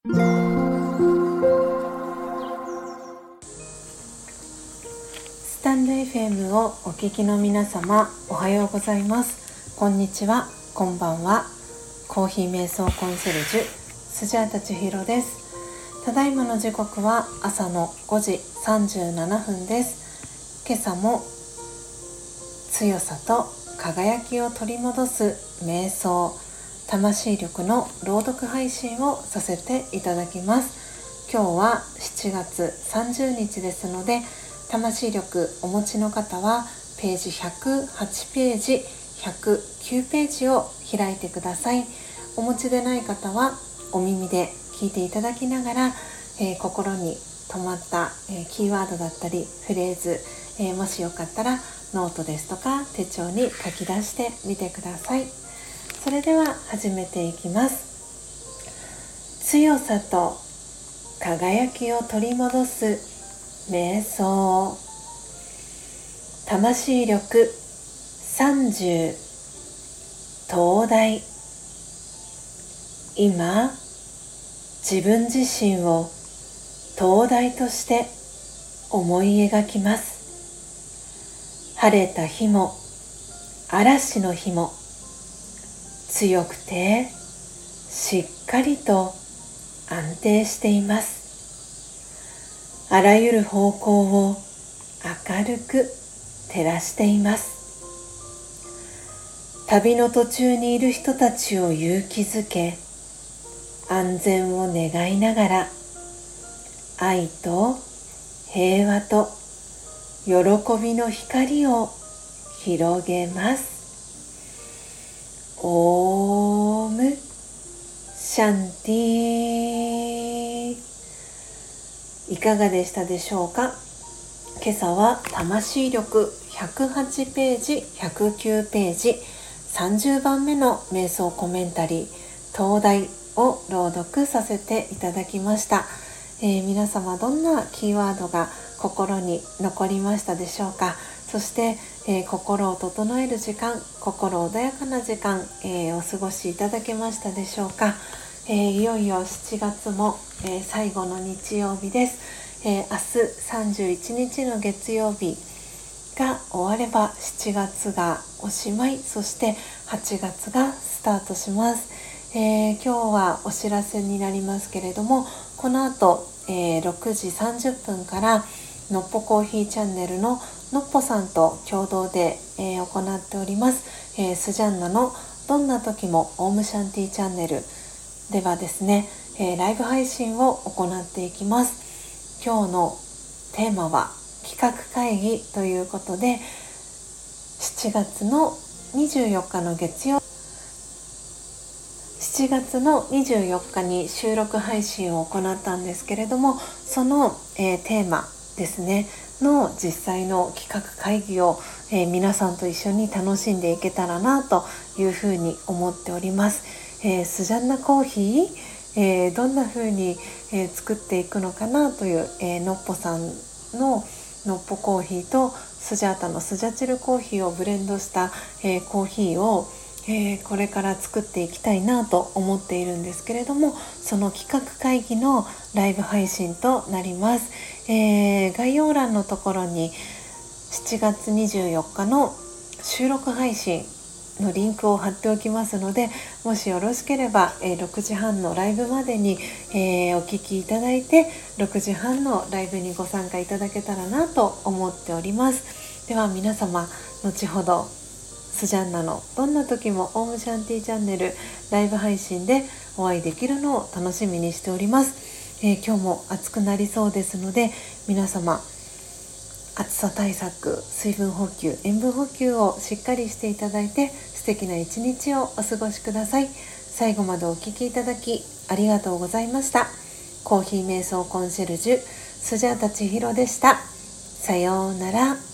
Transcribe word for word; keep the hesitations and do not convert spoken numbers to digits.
スタンド エフエム をお聞きの皆様、おはようございます。こんにちは、こんばんは。コーヒー瞑想コンシェルジュスジャータ千尋です。ただいまの時刻は朝のごじさんじゅうななふんです。今朝も強さと輝きを取り戻す瞑想、魂力の朗読配信をさせていただきます。今日はしちがつさんじゅうにちですので、魂力お持ちの方はページひゃくはちページ、ひゃくきゅうページを開いてください。お持ちでない方はお耳で聞いていただきながら、えー、心に留まった、えー、キーワードだったりフレーズ、えー、もしよかったらノートですとか手帳に書き出してみてください。それでは始めていきます。強さと輝きを取り戻す瞑想、魂力さんじゅう、灯台。今自分自身を灯台として思い描きます。晴れた日も嵐の日も強くてしっかりと安定しています。あらゆる方向を明るく照らしています。旅の途中にいる人たちを勇気づけ、安全を願いながら愛と平和と喜びの光を広げます。オームシャンティ。いかがでしたでしょうか。今朝は魂力ひゃくはちページ、ひゃくきゅうページ、さんじゅうばんめの瞑想コメンタリー灯台を朗読させていただきました。えー、皆様どんなキーワードが心に残りましたでしょうか。そして、えー、心を整える時間、心穏やかな時間、えー、お過ごしいただけましたでしょうか。えー、いよいよしちがつも、えー、最後の日曜日です。えー、明日さんじゅういちにちの月曜日が終わればしちがつがおしまい、そしてはちがつがスタートします。えー、今日はお知らせになりますけれども、この後、えー、ろくじさんじゅっぷんからのっぽコーヒーチャンネルののっぽさんと共同で、えー、行っております、えー、スジャンナのどんな時もオームシャンティチャンネルではですね、えー、ライブ配信を行っていきます。今日のテーマは企画会議ということで、しちがつのにじゅうよっかの月曜しちがつのにじゅうよっかに収録配信を行ったんですけれども、その、えー、テーマですねの実際の企画会議を、えー、皆さんと一緒に楽しんでいけたらなというふうに思っております。えー、スジャンナコーヒー、えー、どんなふうに、えー、作っていくのかなという、えー、のっぽさんののっぽコーヒーとスジャータのスジャチルコーヒーをブレンドした、えー、コーヒーをえー、これから作っていきたいなと思っているんですけれども、その企画会議のライブ配信となります。えー、概要欄のところにしちがつにじゅうよっかの収録配信のリンクを貼っておきますので、もしよろしければ、えー、ろくじはんのライブまでに、えー、お聞きいただいて、ろくじはんのライブにご参加いただけたらなと思っております。では皆様、後ほどスジャンナのどんな時もオームシャンティチャンネルライブ配信でお会いできるのを楽しみにしております。えー、今日も暑くなりそうですので、皆様暑さ対策、水分補給、塩分補給をしっかりしていただいて、素敵な一日をお過ごしください。最後までお聞きいただきありがとうございました。コーヒー瞑想コンシェルジュスジャータ千尋でした。さようなら。